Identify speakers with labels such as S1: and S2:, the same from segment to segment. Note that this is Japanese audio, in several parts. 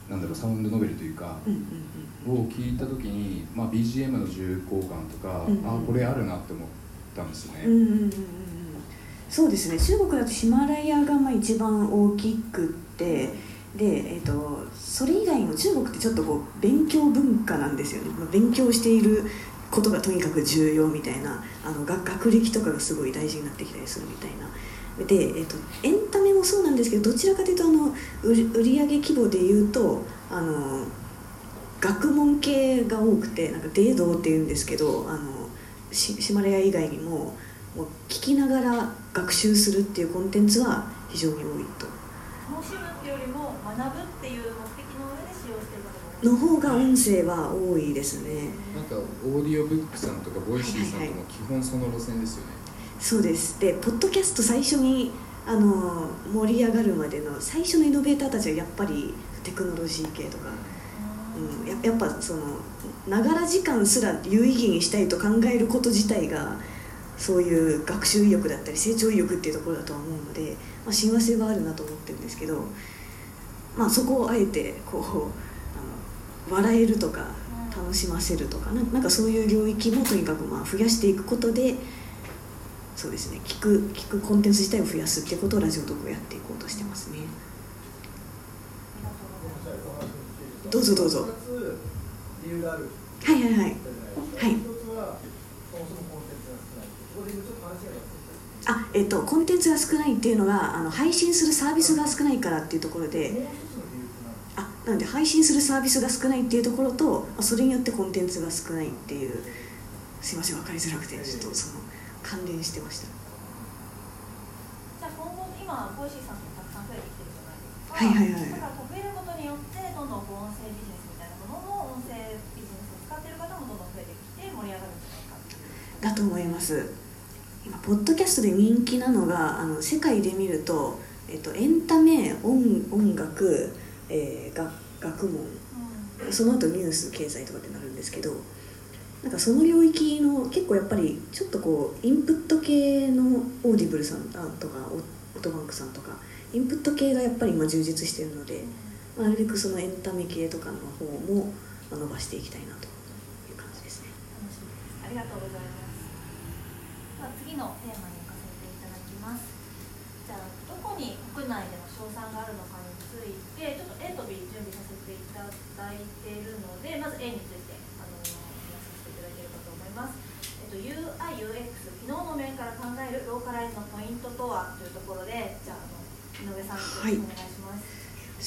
S1: なんだろう、サウンドノベルというか、を聞いた時に、まあ、BGM の重厚感とか、あこれあるなって思ったんですよね。
S2: そうですね、中国だとヒマラヤがまあ一番大きくってで、それ以外も中国ってちょっとこう勉強文化なんですよね。勉強していることがとにかく重要みたいな、学歴とかがすごい大事になってきたりするみたいな。で、エンタメもそうなんですけど、どちらかというと売上規模でいうと学問系が多くて、なんかデードっていうんですけど、ヒマラヤ以外にも聞きながら学習するっていうコンテンツは非常に多いと。
S3: 楽しむっていうよりも学ぶっていう目的の上で使用している方
S2: の方が音声は多いですね。
S1: なんかオーディオブックさんとかボイシーさんとも基本その路線ですよね。
S2: そうです。でポッドキャスト最初に盛り上がるまでの最初のイノベーターたちはやっぱりテクノロジー系とか、やっぱそのながら時間すら有意義にしたいと考えること自体がそういう学習意欲だったり成長意欲っていうところだとは思うので、親和性はあるなと思ってるんですけど、そこをあえてこう笑えるとか楽しませるとか、なんかそういう領域もとにかく増やしていくことで、そうですね、聞くコンテンツ自体を増やすっていうことをラジオトークをやっていこうとしてますね。どうぞどうぞ。
S4: 理由がある。
S2: はいはいはいはい。
S4: 一つはそもそもコンテンツが少ない。ここでちょっと話が
S2: コンテンツが少ないっていうのが配信するサービスが少ないからっていうところで、なので配信するサービスが少ないっていうところと、それによってコンテンツが少ないっていう、すいません分かりづらくてちょっとその関連してました。
S3: じゃあ今後今ボイシーさんとたくさん増えてきてるじゃないですか。だから増えることによってどんどん音声ビジネスみたいなものの音声ビジネスを使っている方もどんどん増えてきて盛り上がるんじゃないか
S2: だと思います。今ポッドキャストで人気なのが世界で見ると、エンタメ、音楽、学問、その後ニュース、経済とかってなるんですけど、なんかその領域の結構やっぱりちょっとこうインプット系のオーディブルさんとかオートバンクさんとかインプット系がやっぱり今充実しているので、なるべくそのエンタメ系とかの方も伸ばしていきたいなという感じですね。
S3: 楽しみです。ありがとうございます。では次のテーマに行かせていただきます。じゃあどこに国内での賞賛があるのかについてちょっと A と B 準備させていただいているので、まず A についてUI、UX、機能の面から考えるローカライズのポイントとはというところで、じゃあ井上さん、お願いします。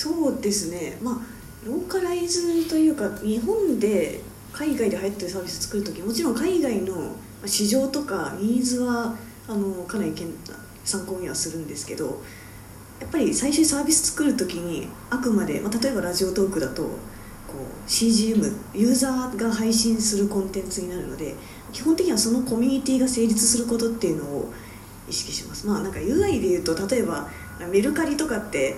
S2: そうですね、ローカライズというか日本で海外で流行ってるサービス作るとき、もちろん海外の市場とかニーズはかなり参考にはするんですけど、やっぱり最初にサービス作るときにあくまで、例えばラジオトークだとCGM、ユーザーが配信するコンテンツになるので、基本的にはそのコミュニティが成立することっていうのを意識します。なんか UI でいうと、例えばメルカリとかって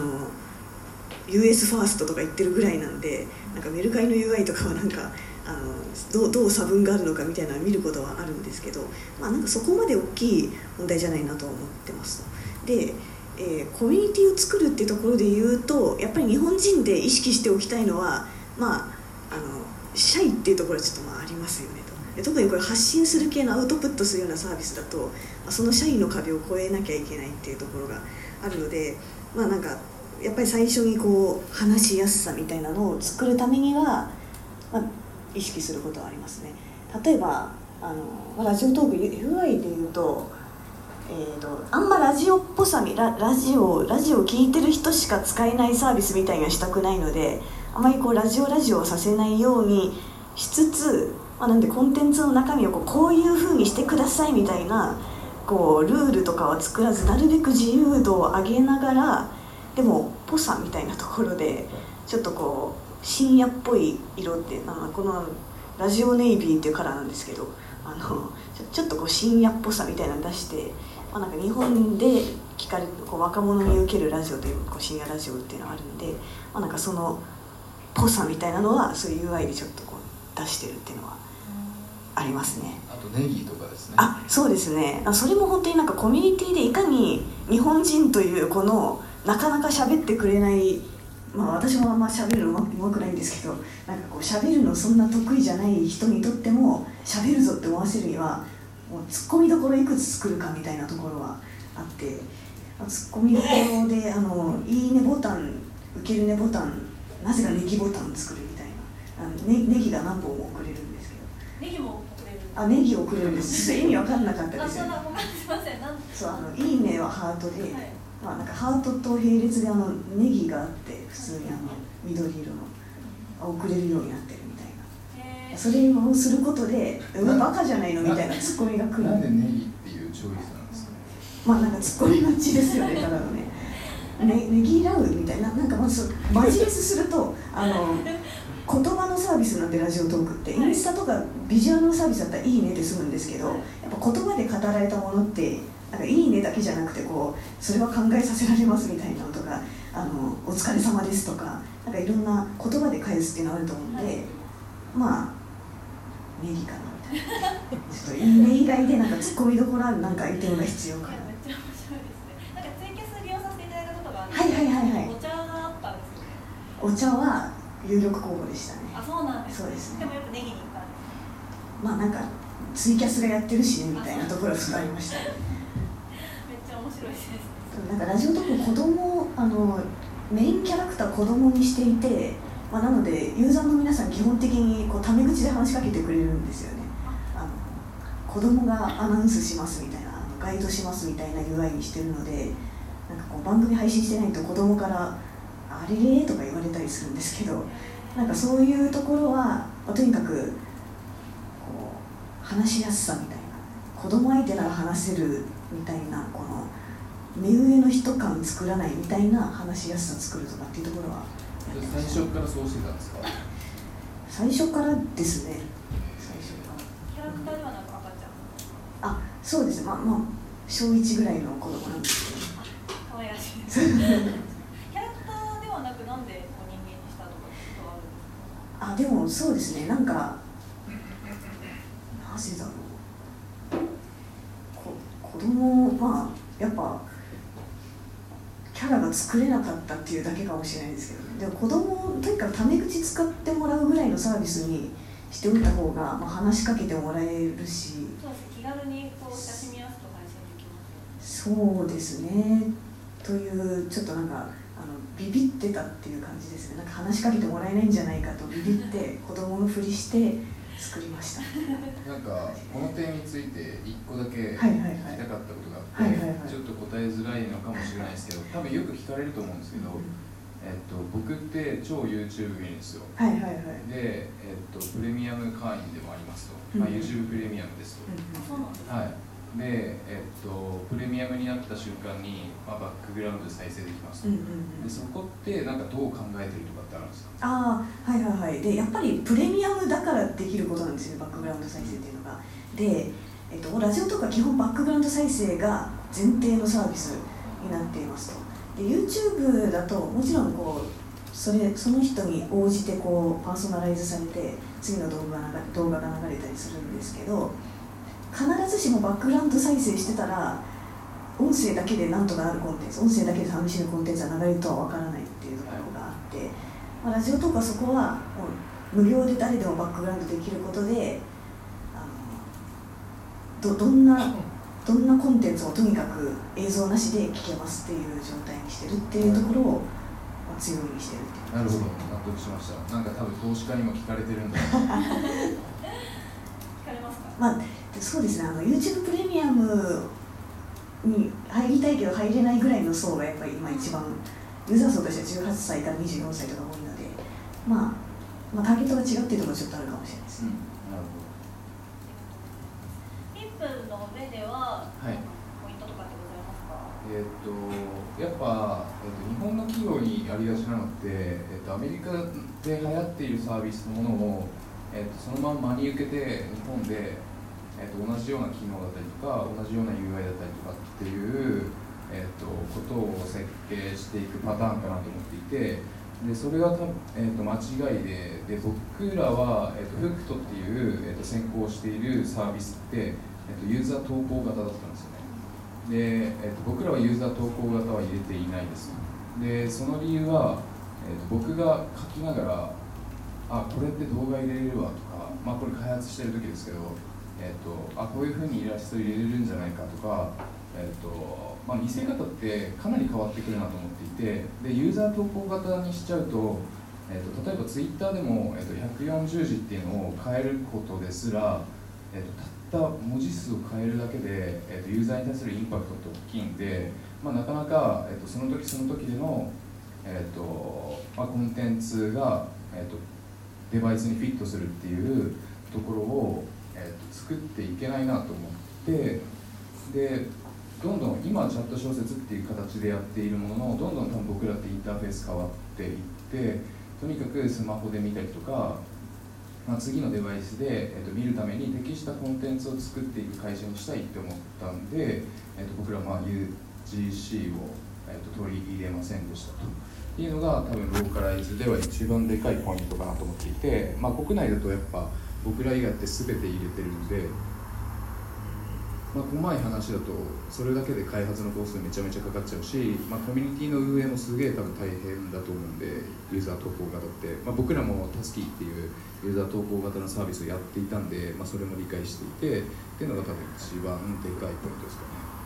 S2: US ファーストとか言ってるぐらいなんで、なんかメルカリの UI とかはなんかどう差分があるのかみたいなのを見ることはあるんですけど、なんかそこまで大きい問題じゃないなと思ってます。でコミュニティを作るっていうところで言うと、やっぱり日本人で意識しておきたいのは、シャイっていうところはちょっとありますよねと。で特にこれ発信する系のアウトプットするようなサービスだと、そのシャイの壁を越えなきゃいけないっていうところがあるので、なんかやっぱり最初に話しやすさみたいなのを作るためには、意識することはありますね。例えばラジオトーク UI でいうと、あんまラジオっぽさラジオ聞いてる人しか使えないサービスみたいにはしたくないので、あまりラジオをさせないようにしつつ、なんでコンテンツの中身をこういう風にしてくださいみたいなルールとかは作らず、なるべく自由度を上げながら、でもぽさみたいなところでちょっと深夜っぽい色って、このラジオネイビーっていうカラーなんですけど、ちょっと深夜っぽさみたいなの出して、なんか日本で聞かれる若者に受けるラジオという深夜ラジオっていうのがあるんで、なんかそのぽさみたいなのはそういう UI でちょっと出してるっていうのはありますね。
S1: あとネギとかですね。
S2: そうですね。それも本当になんかコミュニティでいかに日本人というなかなか喋ってくれない私もあんま喋るのうまくないんですけど、なんかこう喋るのそんな得意じゃない人にとっても喋るぞって思わせるにはもうツッコミどころいくつ作るかみたいなところはあって、ツッコミどころでいいねボタン、受けるねボタン、なぜかネギボタン作るみたいな、ネギが何本も送れるんですけど、
S3: ネギも送れる。
S2: ネギを送れるんです。意味わかんなかったですよね。
S3: すいません。
S2: そういいねはハートで、
S3: はい、
S2: なんかハートと並列でネギがあって普通に緑色の送れるようになってるみたいな、それをすることでバカじゃないのみたいなツッコミが来る。
S1: なんでネギっていうチョイスなんですかね。
S2: なんかツッコミ待ちですよね、ただのね。ネギラウみたいな、なんかマジレスすると言葉のサービスなんでラジオトークってインスタとかビジュアルのサービスだったらいいねって済むんですけど、やっぱ言葉で語られたものってなんかいいねだけじゃなくてそれは考えさせられますみたいなのとか、お疲れ様ですとか、なんかいろんな言葉で返すっていうのがあると思うんで、ネギかなみたいなちょっといいね以外でなんかツッコミどころあるなんかアイテムが必要かな。
S3: めっちゃ面白いですね。なんかツイキャス利用させていただいたことがあるんですけど、お茶があったんですよね。
S2: お茶は有力候補でしたね。
S3: そうなんです。
S2: そうですね。
S3: でもやっぱネギに行ったんです。
S2: なんかツイキャスがやってるしねみたいなところがありましたね。
S3: めっちゃ面白いです。
S2: なんかラジオトーク子供メインキャラクター子供にしていて、なのでユーザーの皆さん基本的にタメ口で話しかけてくれるんですよね。子供がアナウンスしますみたいな、ガイドしますみたいな UI にしてるので、なんか番組配信してないと子供からあれれとか言われたりするんですけど、なんかそういうところは、とにかく話しやすさみたいな、子供相手なら話せるみたいな、目上の人感作らないみたいな話しやすさ作るとかっていうところは
S1: 最初からそうしてたんですか？
S2: 最初からですね。最初から
S3: キャラクターではなく赤ちゃん。
S2: そうですね。小1ぐらいの子供なんですけど。
S3: 可愛らしいです。キャラクターではなくなんで人間にしたとかことはあるんですか？
S2: でもそうですね。なんかなぜだろう。子供やっぱキャラが作れなかったっていうだけかもしれないですけどね。でも子供とにかくタメ口使ってもらうぐらいのサービスにしておいた方が、話しかけてもらえるし。
S3: そうです。気軽に親しみやすく配信できます
S2: そ
S3: よね。
S2: うですね。というちょっとなんかビビってたっていう感じですね。なんか話しかけてもらえないんじゃないかとビビって子供のふりして作りました。
S1: なんかこの点について1個だけ聞きたかったことがあって、ちょっと答えづらいのかもしれないですけど、多分よく聞かれると思うんですけど、僕って超 YouTube 芸人ですよ。で、プレミアム会員でもありますと、YouTube プレミアムですと。
S3: そうなんですか。
S1: はい。で、プレミアムになった瞬間に、バックグラウンドで再生できますと。で、そこってなんかどう考えてるとかってあるんですか？
S2: でやっぱりプレミアムだからできることなんですよね、バックグラウンド再生っていうのが。で、ラジオとか基本バックグラウンド再生が前提のサービスになっていますと。で YouTube だともちろんその人に応じてパーソナライズされて次の動画が流れたりするんですけど、必ずしもバックグラウンド再生してたら音声だけでなんとかなるコンテンツ、音声だけで試しのコンテンツが流れるとは分からないっていうところがあって、ラジオとかそこは無料で誰でもバックグラウンドできることでどんなコンテンツもとにかく映像なしで聞けますっていう状態にしてるっていうところを強みにしてるっていう。
S1: なるほど、納得しました。なんか多分投資家にも聞かれてるんだ聞か
S3: れますか？
S2: そうですね。YouTube プレミアムに入りたいけど入れないぐらいの層がやっぱり今一番ユーザー層としては18歳から24歳とか多いので、ターゲットが違うっていうところがちょっとあるかもしれないです。
S1: なるほど。
S3: 1分の上では、ポイントとかってございますか？
S1: やっぱ、日本の企業にありがちなのって、アメリカで流行っているサービスのものを、そのまま真に受けて日本で、同じような機能だったりとか同じような UI だったりとかっていう、ことを設計していくパターンかなと思っていて、でそれが間違いで僕らは、フクトっていう、先行しているサービスって、ユーザー投稿型だったんですよね。で、僕らはユーザー投稿型は入れていないです。でその理由は、 僕が書きながらこれって動画入れれるわとか、これ開発してる時ですけど、こういうふうにイラスト入れれるんじゃないかとか、見せ方ってかなり変わってくるなと思っていて、でユーザー投稿型にしちゃうと、例えばツイッターでも、140字っていうのを変えることですら、たった文字数を変えるだけで、ユーザーに対するインパクトって大きいんで、なかなか、その時その時での、コンテンツが、デバイスにフィットするっていうところを、作っていけないなと思って、でどんどん今チャット小説っていう形でやっているものの、どんどん多分僕らってインターフェース変わっていって、とにかくスマホで見たりとか、次のデバイスで、見るために適したコンテンツを作っていく会社にしたいって思ったんで、僕らUGC を、取り入れませんでしたというのが多分ローカライズでは一番でかいポイントかなと思っていて、国内だとやっぱ僕ら以外って全て入れてるんで、細い話だとそれだけで開発のコストめちゃめちゃかかっちゃうし、コミュニティの運営もすげえ多分大変だと思うんで、ユーザー投稿型って、僕らもタスキーっていうユーザー投稿型のサービスをやっていたんで、それも理解していてっていうのが多分一番でかいポイントですかね。